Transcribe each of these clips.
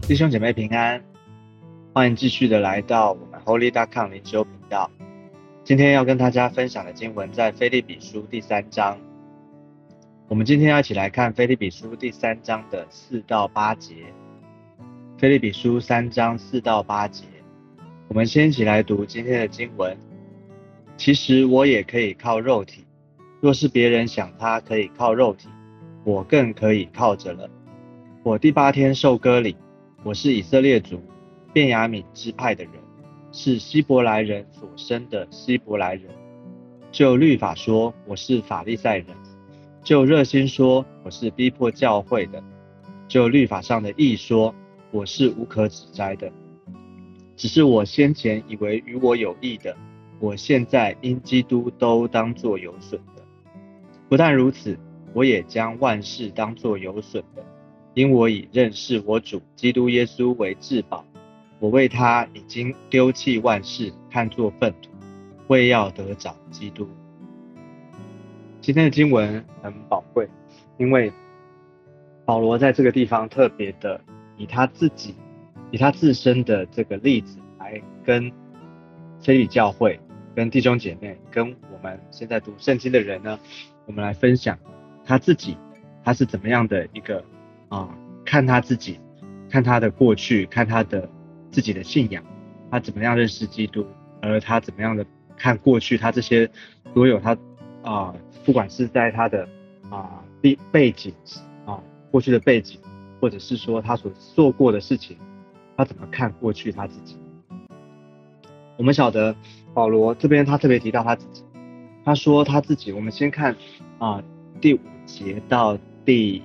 弟兄姐妹平安，欢迎继续的来到我们 Holy.com 灵修频道。今天要跟大家分享的经文在腓立比书第3章。我们今天要一起来看腓立比书第3章的4到8节。腓立比书3章4到8节，我们先一起来读今天的经文。其实我也可以靠肉体，若是别人想他可以靠肉体，我更可以靠着了。我第8天受割礼，我是以色列族便雅悯支派的人，是希伯来人所生的希伯来人。就律法说，我是法利赛人；就热心说，我是逼迫教会的；就律法上的义说，我是无可指摘的。只是我先前以为与我有益的，我现在因基督都当作有损的。不但如此，我也将万事当作有损的，因我以认识我主基督耶稣为至宝。我为他已经丢弃万事，看作粪土，为要得着基督。今天的经文很宝贵，因为保罗在这个地方特别的以他自身的这个例子来跟腓立比教会、跟弟兄姐妹、跟我们现在读圣经的人呢，我们来分享他自己，他是怎么样的一个看他自己，看他的过去，看他的自己的信仰，他怎么样认识基督，而他怎么样的看过去，他这些所有他不管是在他的背景过去的背景，或者是说他所做过的事情，他怎么看过去他自己。我们晓得保罗这边他特别提到他自己，他说他自己，我们先看第5节到第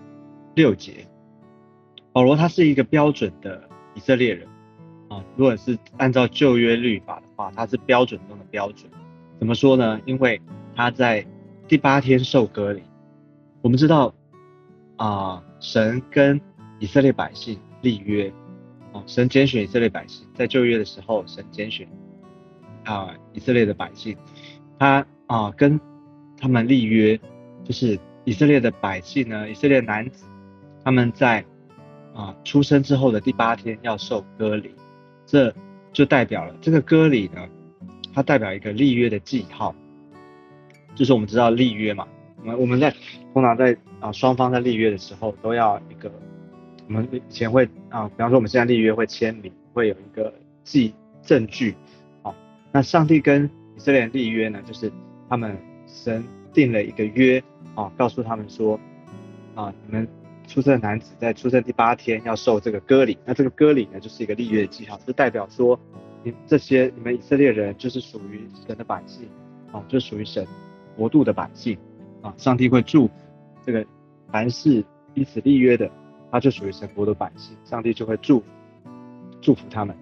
6节。保罗他是一个标准的以色列人如果是按照旧约律法的话，他是标准中的标准。怎么说呢？因为他在第8天受割礼。我们知道神跟以色列百姓立约神拣选以色列百姓，在旧约的时候，神拣选以色列的百姓，他跟他们立约，就是以色列的百姓呢，以色列男子，他们在出生之后的第8天要受割礼，这就代表了这个割礼呢，它代表一个立约的记号，就是我们知道立约嘛，我们通常在双方在立约的时候都要一个，我们以前会比方说我们现在立约会签名，会有一个证据那上帝跟以色列人立约呢，就是他们神定了一个约告诉他们说你们出生的男子在出生第8天要受这个割礼，那这个割礼呢就是一个立约的记号，是代表说你们以色列人就是属于神的百姓就是属于神国度的百姓上帝会祝福这个凡是彼此立约的，他就属于神国的百姓，上帝就会祝福他们。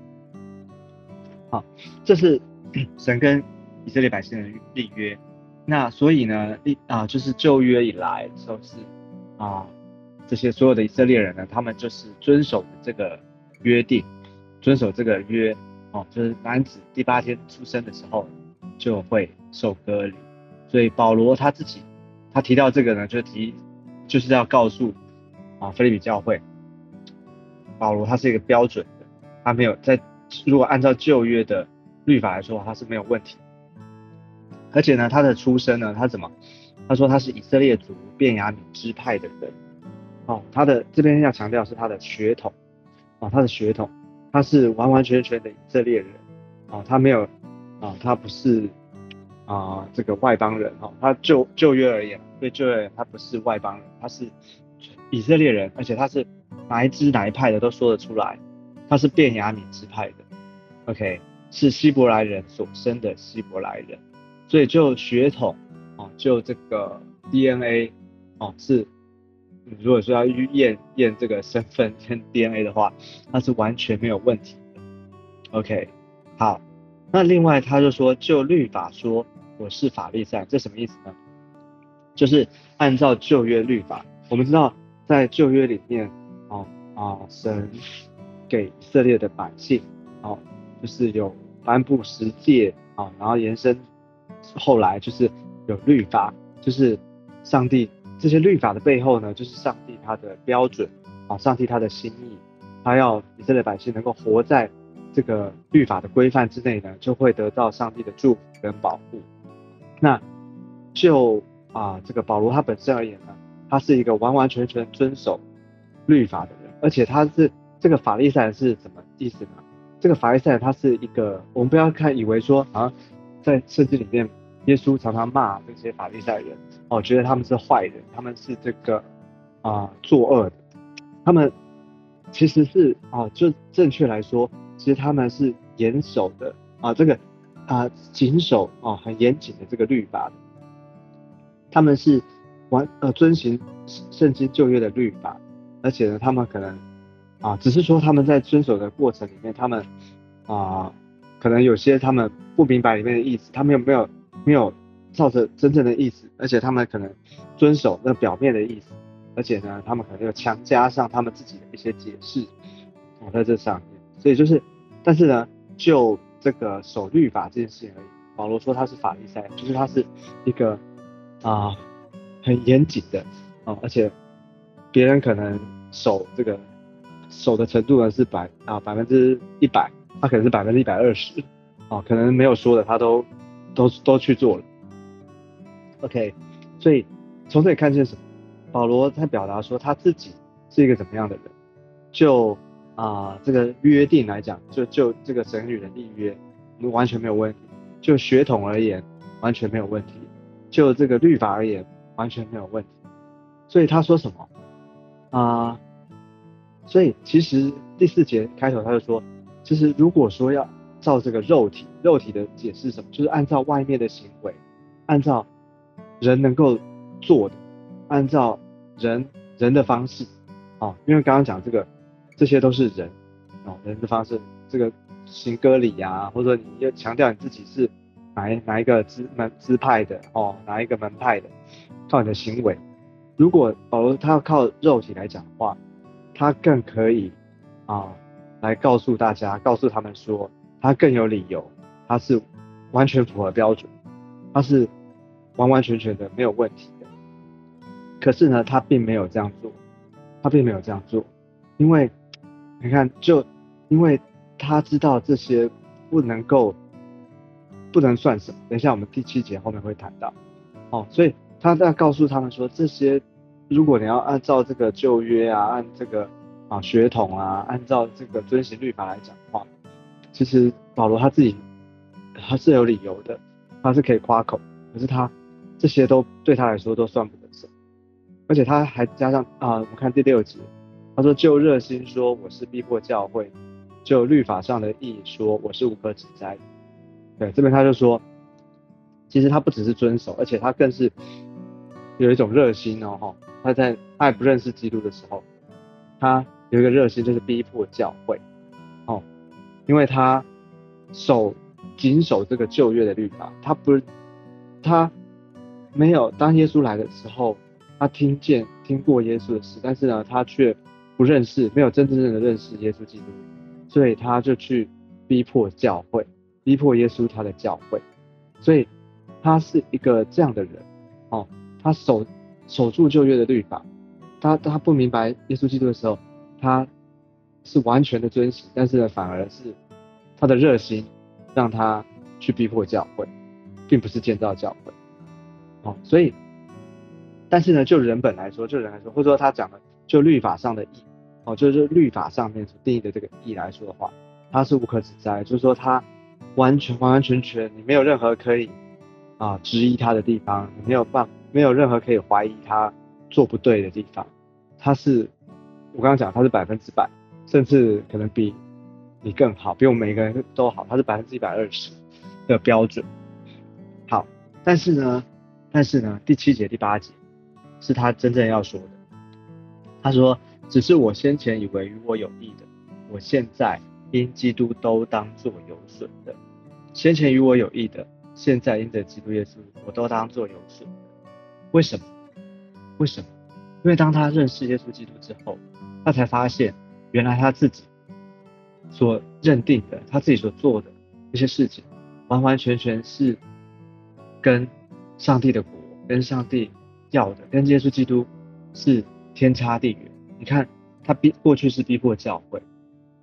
这是神跟以色列百姓的立约。那所以呢就是旧约以来就是这些所有的以色列人呢，他们就是遵守这个约定，遵守这个约就是男子第8天出生的时候就会受割礼。所以保罗他自己他提到这个呢，就是要告诉腓立比教会，保罗他是一个标准的，他没有如果按照旧约的律法来说，他是没有问题。而且呢，他的出身呢，他说他是以色列族便雅悯支派的人他的这边要强调是他的血统他的血统，他是完完全全的以色列人他没有他不是这个外邦人他旧约而言，对旧约而言他不是外邦人，他是以色列人，而且他是哪一支哪一派的都说得出来，他是便雅悯支派的 OK， 是希伯来人所生的希伯来人。所以就血统就这个 DNA 是如果说要验这个身份跟 DNA 的话，那是完全没有问题的 OK。 好，那另外他就说，就律法说我是法利赛，这什么意思呢？就是按照旧约律法，我们知道在旧约里面神给以色列的百姓就是有颁布10诫然后延伸后来就是有律法，就是上帝这些律法的背后呢，就是上帝他的标准上帝他的心意， 他要以色列百姓能够活在这个律法的规范之内呢，就会得到上帝的祝福跟保护。那就这个保罗他本身而言呢，他是一个完完全全遵守律法的人，而且他是这个法利赛人是什么意思呢？这个法利赛人他是一个，我们不要以为说好像在圣经里面耶稣常常骂这些法利赛人觉得他们是坏人，他们是这个作恶的，他们其实是就正确来说，其实他们是严守的这个谨守很严谨的这个律法的，他们是遵循圣经旧约的律法，而且呢，他们可能只是说他们在遵守的过程里面，他们可能有些他们不明白里面的意思，他们没有照着真正的意思，而且他们可能遵守那表面的意思，而且呢，他们可能又强加上他们自己的一些解释在这上面，所以就是，但是呢，就这个守律法这件事情而已，保罗说他是法利赛人，就是他是一个很严谨的而且别人可能守的程度呢是100%，他可能是120%可能没有说的他都去做了。OK， 所以从这里看见什么？保罗在表达说他自己是一个怎么样的人？就这个约定来讲，就这个神与人立约，完全没有问题；就血统而言，完全没有问题；就这个律法而言，完全没有问题。所以他说什么所以其实第4节开头他就说，其实如果说要照这个肉体的解释什么，就是按照外面的行为，按照人能够做的，按照人的方式因为刚刚讲这些都是人人的方式，这个行割礼或者说你要强调你自己是哪一个支派的哪一个门派的，靠你的行为。如果保罗他要靠肉体来讲的话，他更可以来告诉他们说，他更有理由，他是完全符合标准，他是完完全全的没有问题的。可是呢，他并没有这样做，因为你看，因为他知道这些不能算什么，等一下我们第7节后面会谈到所以他在告诉他们说，这些如果你要按照这个旧约按这个血统按照这个遵行律法来讲的话，其实保罗他自己他是有理由的，他是可以夸口，可是他这些都对他来说都算不得什么。而且他还加上我们看第6节，他说就热心说我是逼迫教会，就律法上的义说我是无可指摘。对，这边他就说，其实他不只是遵守，而且他更是有一种热心他还不认识基督的时候，他有一个热心，就是逼迫教会因为他谨守这个旧约的律法，他没有当耶稣来的时候，他听过耶稣的事，但是呢，他却不认识，没有真正的认识耶稣基督，所以他就去逼迫教会，逼迫耶稣他的教会，所以他是一个这样的人他守住旧约的律法，他不明白耶稣基督的时候，他是完全的遵行，但是呢，反而是他的热心让他去逼迫教会，并不是建造教会所以但是呢，就人来说，或者说他讲的就律法上的义就是律法上面所定义的这个义来说的话，他是无可指摘，就是说他完完全全你没有任何可以质疑他的地方，你没有任何可以怀疑他做不对的地方，我刚刚讲他是100%，甚至可能比你更好，比我们每个人都好，他是120%的标准。好，但是呢，第7节、第8节是他真正要说的。他说：“只是我先前以为与我有益的，我现在因基督都当作有损的。先前与我有益的，现在因着基督耶稣，我都当作有损的。为什么？因为当他认识耶稣基督之后，他才发现，原来他自己所认定的，他自己所做的这些事情，完完全全是跟上帝的国、跟上帝要的、跟耶稣基督是天差地远。你看，他过去是逼迫教会，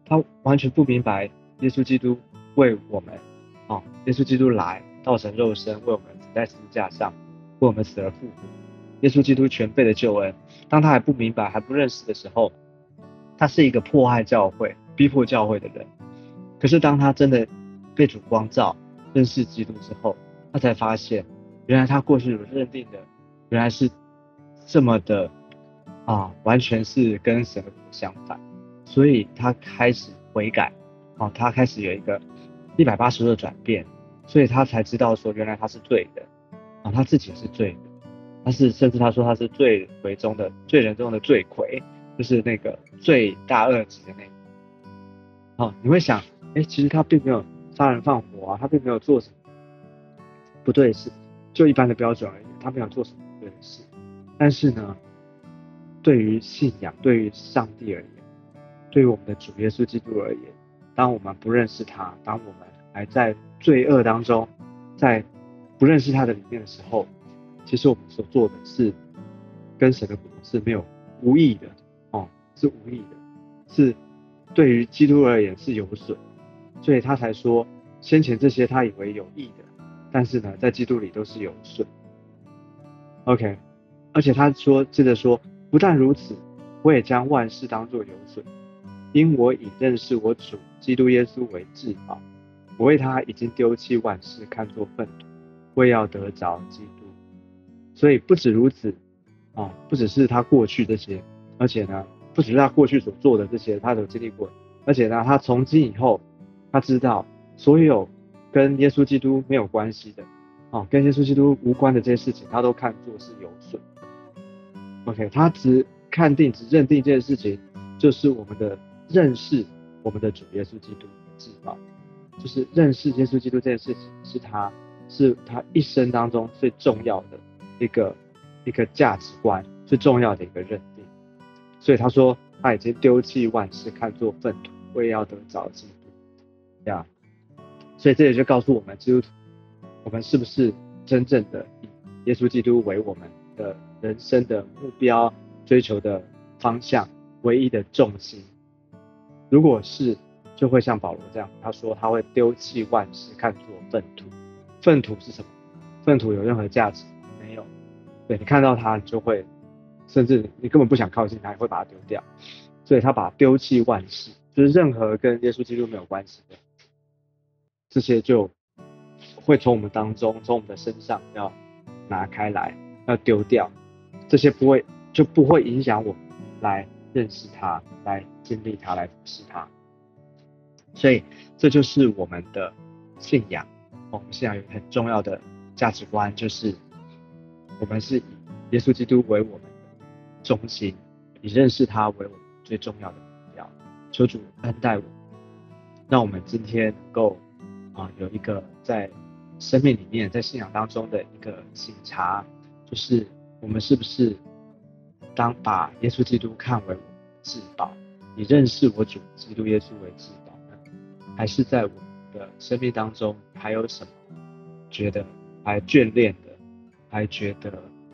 他完全不明白耶稣基督为我们耶稣基督来道成肉身，为我们死在十字架上，为我们死而复活。耶稣基督全备的救恩，当他还不明白、还不认识的时候，他是一个迫害教会、逼迫教会的人。可是当他真的被主光照、认识基督之后，他才发现，原来他过去所认定的，原来是这么的完全是跟神的相反。所以他开始悔改，他开始有一个180度的转变，所以他才知道说，原来他是罪的，他自己是罪的，甚至他说他是罪人中的罪魁，就是那个罪大恶极的那个。你会想，其实他并没有杀人放火啊，他并没有做什么不对的事，就一般的标准而已，他没有做什么不对的事。但是呢，对于信仰，对于上帝而言，对于我们的主耶稣基督而言，当我们不认识他，当我们还在罪恶当中，在不认识他的里面的时候，其实我们所做的是跟神的国是没有无益的，是无益的，是对于基督而言是有损，所以他才说先前这些他以为有益的，但是呢，在基督里都是有损。OK， 而且他接着说，不但如此，我也将万事当作有损，因我以认识我主基督耶稣为至宝。我为他已经丢弃万事，看作粪土，为要得着基督。所以不止如此，不只是他过去这些，而且呢，不只是他过去所做的这些，他所经历过，而且呢，他从今以后，他知道所有跟耶稣基督没有关系的，跟耶稣基督无关的这些事情，他都看作是有损。OK， 他只认定这件事情，就是我们的认识我们的主耶稣基督的至宝，就是认识耶稣基督这件事情，是他一生当中最重要的一个价值观，最重要的一个认定。所以他说他已经丢弃万事，看作粪土，为要得着基督。所以这也就告诉我们基督徒，我们是不是真正的以耶稣基督为我们的人生的目标、追求的方向、唯一的重心？如果是，就会像保罗这样，他说他会丢弃万事，看作粪土。粪土是什么？粪土有任何价值？没有。对，你看到它，你就会，甚至你根本不想靠近它，你会把它丢掉。所以他把丢弃万事，就是任何跟耶稣基督没有关系的，这些就会从我们当中，从我们的身上要拿开来，要丢掉。这些不会影响我们来认识他，来经历他，来服侍他。所以这就是我们的信仰。我们信仰有很重要的价值观，就是我们是以耶稣基督为我们的中心，以认识他为我们最重要的目标。求主恩待我们，让我们今天能够有一个在生命里面，在信仰当中的一个省察，就是我们是不是当把耶稣基督看为我们的至宝，以认识我主基督耶稣为至宝呢？还是在我们的生命当中还有什么觉得还眷恋的，还觉得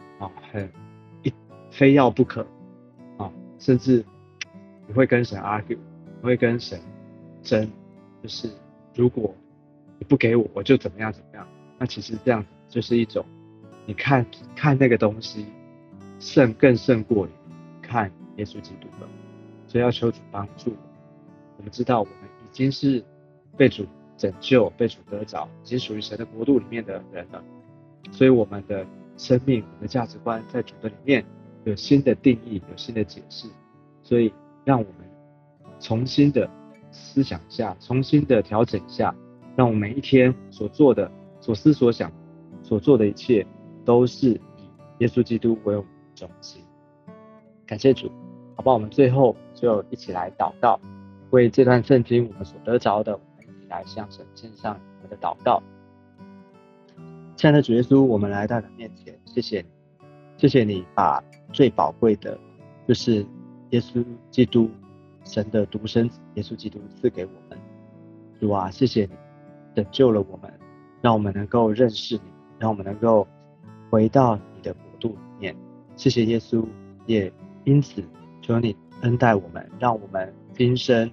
非要不可甚至你会跟神 argue， 你会跟神争，就是如果你不给我，我就怎么样怎么样。那其实这样就是一种你看那个东西更胜过于看耶稣基督了。所以要求主帮助我们知道我们已经是被主拯救、被主得着，已经属于神的国度里面的人了。所以我们的生命、我们的价值观在主的里面有新的定义、有新的解释。所以让我们重新的思想下，重新的调整下，让我们每一天所做的、所思所想、所做的一切，都是以耶稣基督为我们的中心。感谢主，好吧，我们最后就一起来祷告，为这段圣经我们所得着的，我们一起来向神献上我们的祷告。亲爱的主耶稣，我们来到你面前，谢谢你，谢谢你把最宝贵的，就是耶稣基督，神的独生子耶稣基督赐给我们。主啊，谢谢你拯救了我们，让我们能够认识你，让我们能够回到你的国度里面。谢谢耶稣，也因此求你恩待我们，让我们今生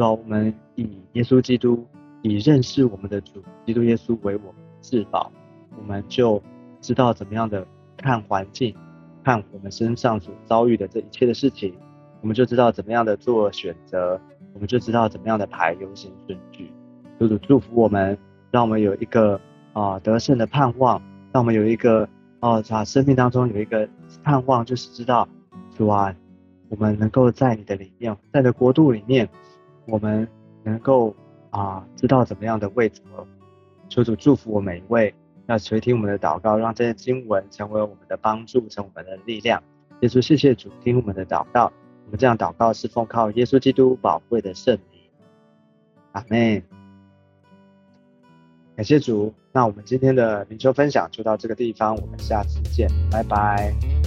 主啊，我们以耶稣基督，以认识我们的主基督耶稣为我们的至宝，我们就知道怎么样的看环境，看我们身上所遭遇的这一切的事情，我们就知道怎么样的做选择，我们就知道怎么样的排优先顺序。主祝福我们，让我们有一个得胜的盼望，让我们有一个生命当中有一个盼望，就是知道主啊，我们能够在你的里面，在你的国度里面，我们能够知道怎么样的为主而活。求主祝福我们每一位，要垂听我们的祷告，让这些经文成为我们的帮助，成为我们的力量。耶稣，谢谢主听我们的祷告，我们这样祷告是奉靠耶稣基督宝贵的圣名，阿们。感谢主，那我们今天的灵修分享就到这个地方，我们下次见，拜拜。